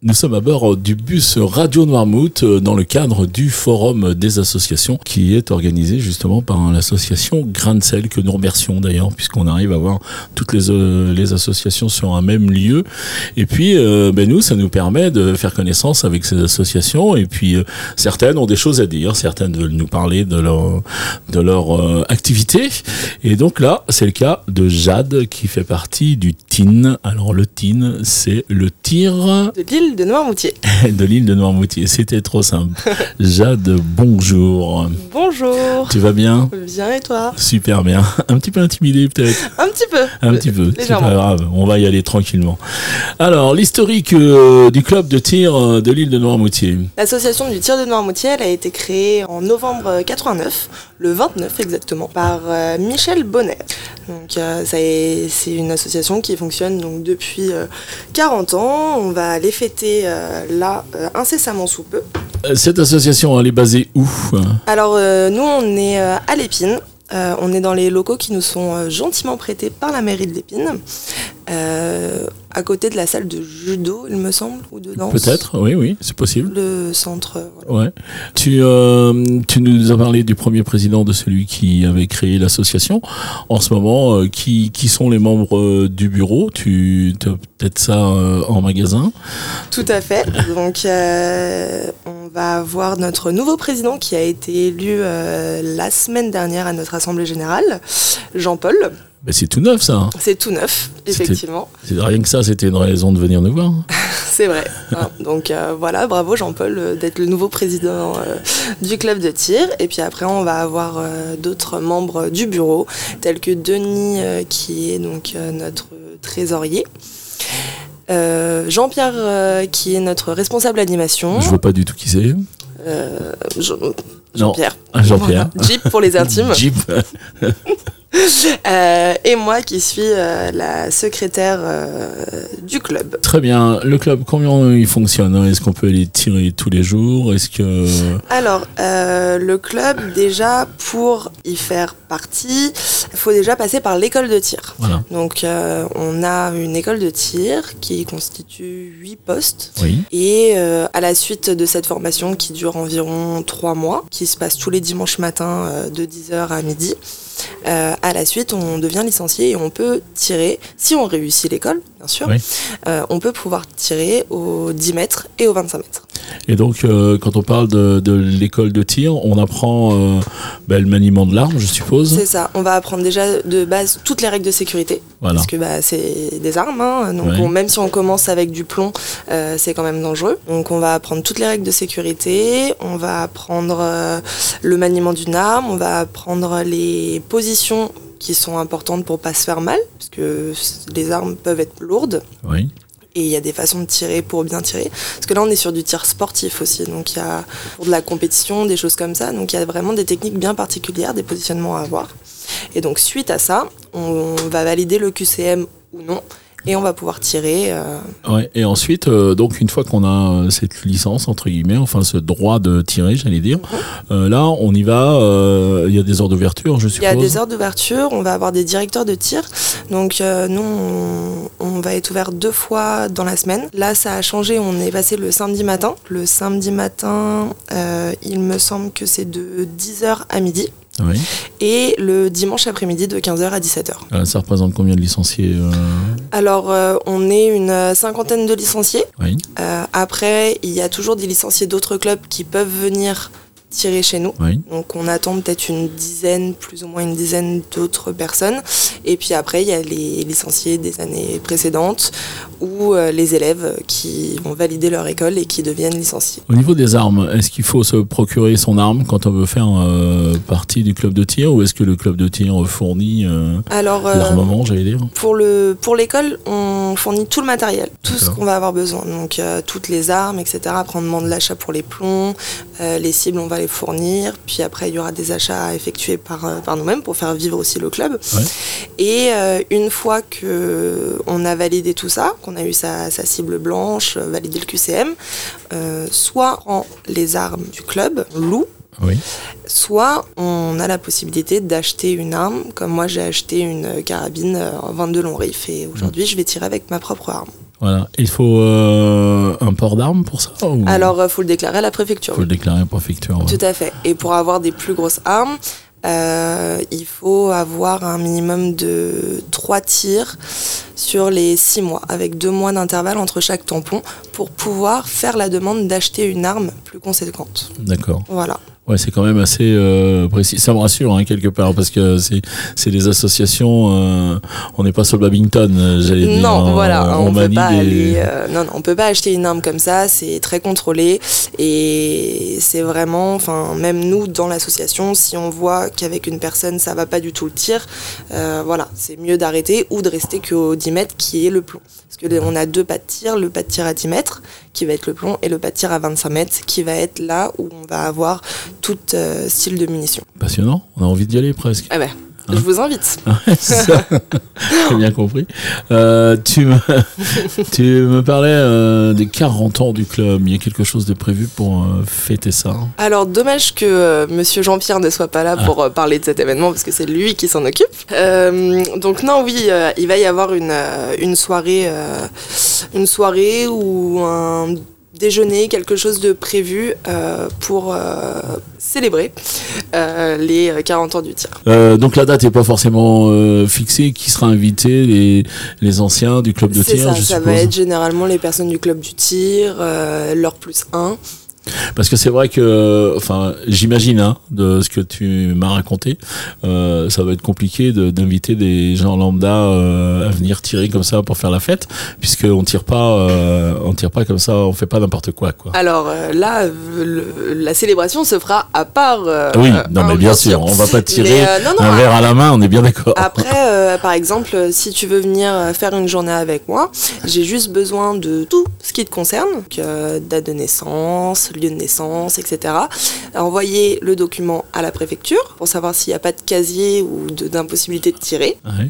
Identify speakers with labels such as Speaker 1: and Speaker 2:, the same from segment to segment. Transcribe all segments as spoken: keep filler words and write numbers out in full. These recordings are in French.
Speaker 1: Nous sommes à bord du bus Radio Noirmouth dans le cadre du forum des associations qui est organisé justement par l'association Grain de Sel, que nous remercions d'ailleurs puisqu'on arrive à voir toutes les, euh, les associations sur un même lieu. Et puis euh, ben nous, ça nous permet de faire connaissance avec ces associations et puis euh, certaines ont des choses à dire, certaines veulent nous parler de leur, de leur euh, activité. Et donc là, c'est le cas de Jade qui fait partie du T I N. Alors le T I N, c'est le tir...
Speaker 2: de l'île de Noirmoutier.
Speaker 1: de l'île de Noirmoutier, c'était trop simple. Jade, bonjour.
Speaker 2: Bonjour.
Speaker 1: Tu vas bien ?
Speaker 2: Bien et toi ?
Speaker 1: Super bien. Un petit peu intimidé peut-être ?
Speaker 2: Un petit peu.
Speaker 1: Un petit peu, c'est
Speaker 2: Légèrement.
Speaker 1: pas grave, on va y aller tranquillement. Alors, l'historique euh, du club de tir euh, de l'île de Noirmoutier.
Speaker 2: L'association du tir de Noirmoutier, elle a été créée en novembre quatre-vingt-neuf, le vingt-neuf exactement, par euh, Michel Bonnet. Donc, euh, ça est, c'est une association qui fonctionne donc depuis euh, quarante ans. On va les fêter euh, là euh, incessamment sous peu.
Speaker 1: Euh, Cette association, elle est basée où ?
Speaker 2: Alors, euh, nous, on est euh, à l'Épine. Euh, on est dans les locaux qui nous sont euh, gentiment prêtés par la mairie de l'Épine, euh, à côté de la salle de judo, il me semble, ou de danse.
Speaker 1: Peut-être, oui, oui, c'est possible.
Speaker 2: Le centre. euh, voilà.
Speaker 1: Ouais. Tu, euh, tu nous as parlé du premier président, de celui qui avait créé l'association. En ce moment, euh, qui, qui sont les membres euh, du bureau ? Tu as peut-être ça euh, en magasin ?
Speaker 2: Tout à fait. Donc, euh, on va avoir notre nouveau président qui a été élu euh, la semaine dernière à notre assemblée générale, Jean-Paul.
Speaker 1: Ben, c'est tout neuf, ça.
Speaker 2: C'est tout neuf,
Speaker 1: C'était-
Speaker 2: effectivement.
Speaker 1: C'est rien que ça, c'était une raison de venir nous voir.
Speaker 2: C'est vrai. Hein. Donc euh, voilà, bravo Jean-Paul euh, d'être le nouveau président euh, du club de tir. Et puis après, on va avoir euh, d'autres membres du bureau, tels que Denis, euh, qui est donc euh, notre trésorier. Euh, Jean-Pierre, euh, qui est notre responsable animation.
Speaker 1: Je vois pas du tout qui c'est.
Speaker 2: Euh, Jean-
Speaker 1: Non.
Speaker 2: Jean-Pierre.
Speaker 1: Ah, Jean-Pierre.
Speaker 2: Voilà. Jeep pour les intimes.
Speaker 1: Jeep.
Speaker 2: Euh, et moi qui suis euh, la secrétaire euh, du club.
Speaker 1: Très bien. Le club, combien il fonctionne hein ? Est-ce qu'on peut les tirer tous les jours ? Est-ce que...
Speaker 2: Alors, euh, le club, déjà, pour y faire partie, il faut déjà passer par l'école de tir.
Speaker 1: Voilà.
Speaker 2: Donc, euh, on a une école de tir qui constitue huit postes.
Speaker 1: Oui.
Speaker 2: Et euh, à la suite de cette formation qui dure environ trois mois, qui se passe tous les dimanches matins euh, de dix heures à midi, euh, à la suite, on devient licencié et on peut tirer, si on réussit l'école, bien sûr,
Speaker 1: Oui.
Speaker 2: euh, on peut pouvoir tirer aux dix mètres et aux vingt-cinq mètres.
Speaker 1: Et donc, euh, quand on parle de, de l'école de tir, on apprend euh, ben, le maniement de l'arme, je suppose.
Speaker 2: C'est ça, on va apprendre déjà de base toutes les règles de sécurité,
Speaker 1: Voilà.
Speaker 2: parce que bah, c'est des armes, hein, donc
Speaker 1: Ouais.
Speaker 2: on- même si on commence avec du plomb, euh, c'est quand même dangereux. Donc on va apprendre toutes les règles de sécurité, on va apprendre euh, le maniement d'une arme, on va apprendre les positions qui sont importantes pour pas se faire mal, parce que les armes peuvent être lourdes.
Speaker 1: Oui.
Speaker 2: Et il y a des façons de tirer pour bien tirer. Parce que là, on est sur du tir sportif aussi. Donc, il y a pour de la compétition, des choses comme ça. Donc, il y a vraiment des techniques bien particulières, des positionnements à avoir. Et donc, suite à ça, on va valider le Q C M ou non. Et on va pouvoir tirer. Euh...
Speaker 1: Ouais. Et ensuite, euh, donc une fois qu'on a euh, cette licence, entre guillemets, enfin ce droit de tirer, j'allais dire,
Speaker 2: Mm-hmm.
Speaker 1: euh, là, on y va, euh, il y a des heures d'ouverture, je
Speaker 2: Il y
Speaker 1: suppose.
Speaker 2: a des heures d'ouverture, on va avoir des directeurs de tir. Donc euh, nous, on, on va être ouvert deux fois dans la semaine. Là, ça a changé, on est passé le samedi matin. Le samedi matin, euh, il me semble que c'est de dix heures à midi.
Speaker 1: Oui.
Speaker 2: Et le dimanche après-midi de quinze heures à dix-sept heures.
Speaker 1: Euh, ça représente combien de licenciés euh...
Speaker 2: Alors, euh, on est une cinquantaine de licenciés.
Speaker 1: Oui.
Speaker 2: Euh, après, il y a toujours des licenciés d'autres clubs qui peuvent venir tirer chez nous.
Speaker 1: Oui.
Speaker 2: Donc on attend peut-être une dizaine, plus ou moins une dizaine d'autres personnes. Et puis après, il y a les licenciés des années précédentes ou euh, les élèves qui vont valider leur école et qui deviennent licenciés.
Speaker 1: Au niveau des armes, est-ce qu'il faut se procurer son arme quand on veut faire euh, partie du club de tir ou est-ce que le club de tir fournit euh,
Speaker 2: Alors, euh,
Speaker 1: l'armement, j'allais dire ?
Speaker 2: Pour, le, pour l'école, on fournit tout le matériel, tout
Speaker 1: D'accord.
Speaker 2: ce qu'on va avoir besoin. Donc euh, toutes les armes, et cetera. Après, on demande l'achat pour les plombs, euh, les cibles, on va les fournir. Puis après, il y aura des achats à effectuer par, euh, par nous-mêmes pour faire vivre aussi le club.
Speaker 1: Ouais.
Speaker 2: Et euh, une fois qu'on a validé tout ça, qu'on a eu sa, sa cible blanche, euh, validé le Q C M, euh, soit on prend les armes du club, on loue,
Speaker 1: Oui.
Speaker 2: soit on a la possibilité d'acheter une arme, comme moi j'ai acheté une carabine euh, vingt-deux long rifle et aujourd'hui je vais tirer avec ma propre arme.
Speaker 1: Voilà. Il faut euh, un port d'armes pour ça ou...
Speaker 2: Alors, il faut le déclarer à la préfecture.
Speaker 1: Il faut le déclarer à la préfecture. Ouais.
Speaker 2: Tout à fait. Et pour avoir des plus grosses armes, euh, il faut avoir un minimum de trois tirs sur les six mois, avec deux mois d'intervalle entre chaque tampon, pour pouvoir faire la demande d'acheter une arme plus conséquente.
Speaker 1: D'accord.
Speaker 2: Voilà.
Speaker 1: Ouais, c'est quand même assez euh, précis. Ça me rassure hein, quelque part parce que c'est c'est des associations. Euh, on n'est pas sur le Babington, j'allais dire.
Speaker 2: Non, voilà, on, on peut pas
Speaker 1: des...
Speaker 2: aller. Euh, non, non, on peut pas acheter une arme comme ça. C'est très contrôlé et c'est vraiment. Enfin, même nous dans l'association, si on voit qu'avec une personne ça va pas du tout le tir, euh, voilà, c'est mieux d'arrêter ou de rester qu'au dix mètres qui est le plomb. Parce que on a deux pas de tir, le pas de tir à dix mètres qui va être le plomb et le pas de tir à vingt-cinq mètres qui va être là où on va avoir tout euh, style de munitions.
Speaker 1: Passionnant, on a envie d'y aller presque.
Speaker 2: Ah ben, hein? Je vous invite.
Speaker 1: Ouais, c'est ça. J'ai bien compris. Euh, tu, me, tu me parlais euh, des quarante ans du club. Il y a quelque chose de prévu pour euh, fêter ça?
Speaker 2: Alors, dommage que euh, Monsieur Jean-Pierre ne soit pas là ah. pour euh, parler de cet événement, parce que c'est lui qui s'en occupe. Euh, donc non, oui, euh, il va y avoir une, euh, une soirée, euh, une soirée ou un déjeuner, quelque chose de prévu euh, pour euh, célébrer euh, les quarante ans du tir.
Speaker 1: Euh, donc la date n'est pas forcément euh, fixée. Qui sera invité? Les, les anciens du club de
Speaker 2: c'est
Speaker 1: tir,
Speaker 2: ça,
Speaker 1: je
Speaker 2: ça
Speaker 1: suppose.
Speaker 2: va être généralement les personnes du club du tir, euh, leur plus un.
Speaker 1: Parce que c'est vrai que, enfin, j'imagine, hein, de ce que tu m'as raconté, euh, ça va être compliqué de, d'inviter des gens lambda euh, à venir tirer comme ça pour faire la fête, puisqu'on tire pas, euh, on tire pas comme ça, on fait pas n'importe quoi, quoi.
Speaker 2: Alors euh, là, le, la célébration se fera à part. Euh,
Speaker 1: oui, non, mais bien, bien
Speaker 2: sûr,
Speaker 1: sûr, on va pas tirer
Speaker 2: mais, euh, non, non,
Speaker 1: un verre à la main, on est bien d'accord.
Speaker 2: Après, euh, par exemple, si tu veux venir faire une journée avec moi, j'ai juste besoin de tout ce qui te concerne, donc, euh, date de naissance, lieu de naissance, et cetera. Envoyer le document à la préfecture pour savoir s'il n'y a pas de casier ou de, d'impossibilité de tirer.
Speaker 1: Ouais.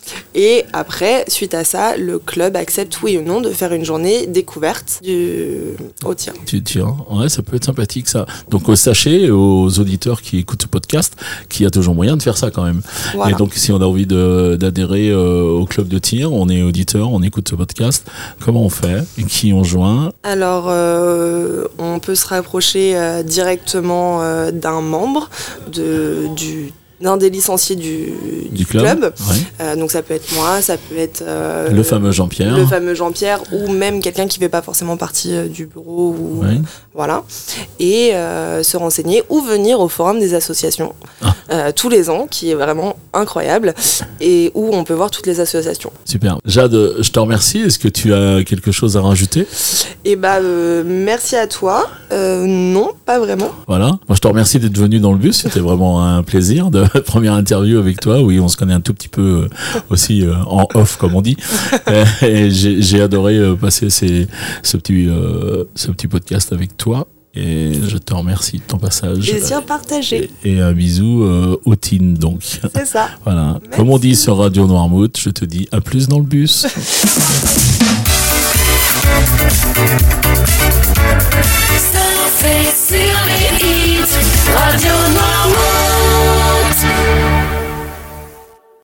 Speaker 2: Et après, suite à ça, le club accepte oui ou non de faire une journée découverte du... au tir.
Speaker 1: Tu tires, ouais, ça peut être sympathique ça. Donc sachez aux auditeurs qui écoutent ce podcast qu'il y a toujours moyen de faire ça quand même. Voilà. Et donc si on a envie de, d'adhérer euh, au club de tir, on est auditeur, on écoute ce podcast, comment on fait? Et qui on joint?
Speaker 2: Alors euh, on peut se rapprocher euh, directement euh, d'un membre de, du d'un des licenciés du, du, du club, club. Ouais. Euh, donc ça peut être moi, ça peut être euh,
Speaker 1: le fameux Jean-Pierre,
Speaker 2: le fameux Jean-Pierre, ou même quelqu'un qui fait pas forcément partie euh, du bureau, ou ouais. euh, voilà, et euh, se renseigner ou venir au forum des associations ah. euh, tous les ans, qui est vraiment incroyable, et où on peut voir toutes les associations.
Speaker 1: Super. Jade, je te remercie. Est-ce que tu as quelque chose à rajouter?
Speaker 2: Eh bah euh, merci à toi. Euh, non, pas vraiment.
Speaker 1: Voilà. Moi, je te remercie d'être venu dans le bus. C'était vraiment un plaisir de première interview avec toi. Oui, on se connaît un tout petit peu aussi euh, en off, comme on dit. Et j'ai, j'ai adoré euh, passer ces, ce petit, euh, ce petit podcast avec toi. Et je te remercie de ton passage.
Speaker 2: Plaisir partagé.
Speaker 1: Et, et un bisou euh, au team, donc.
Speaker 2: C'est ça.
Speaker 1: Voilà.
Speaker 2: Merci.
Speaker 1: Comme on dit sur Radio Noirmouth, je te dis à plus dans le bus.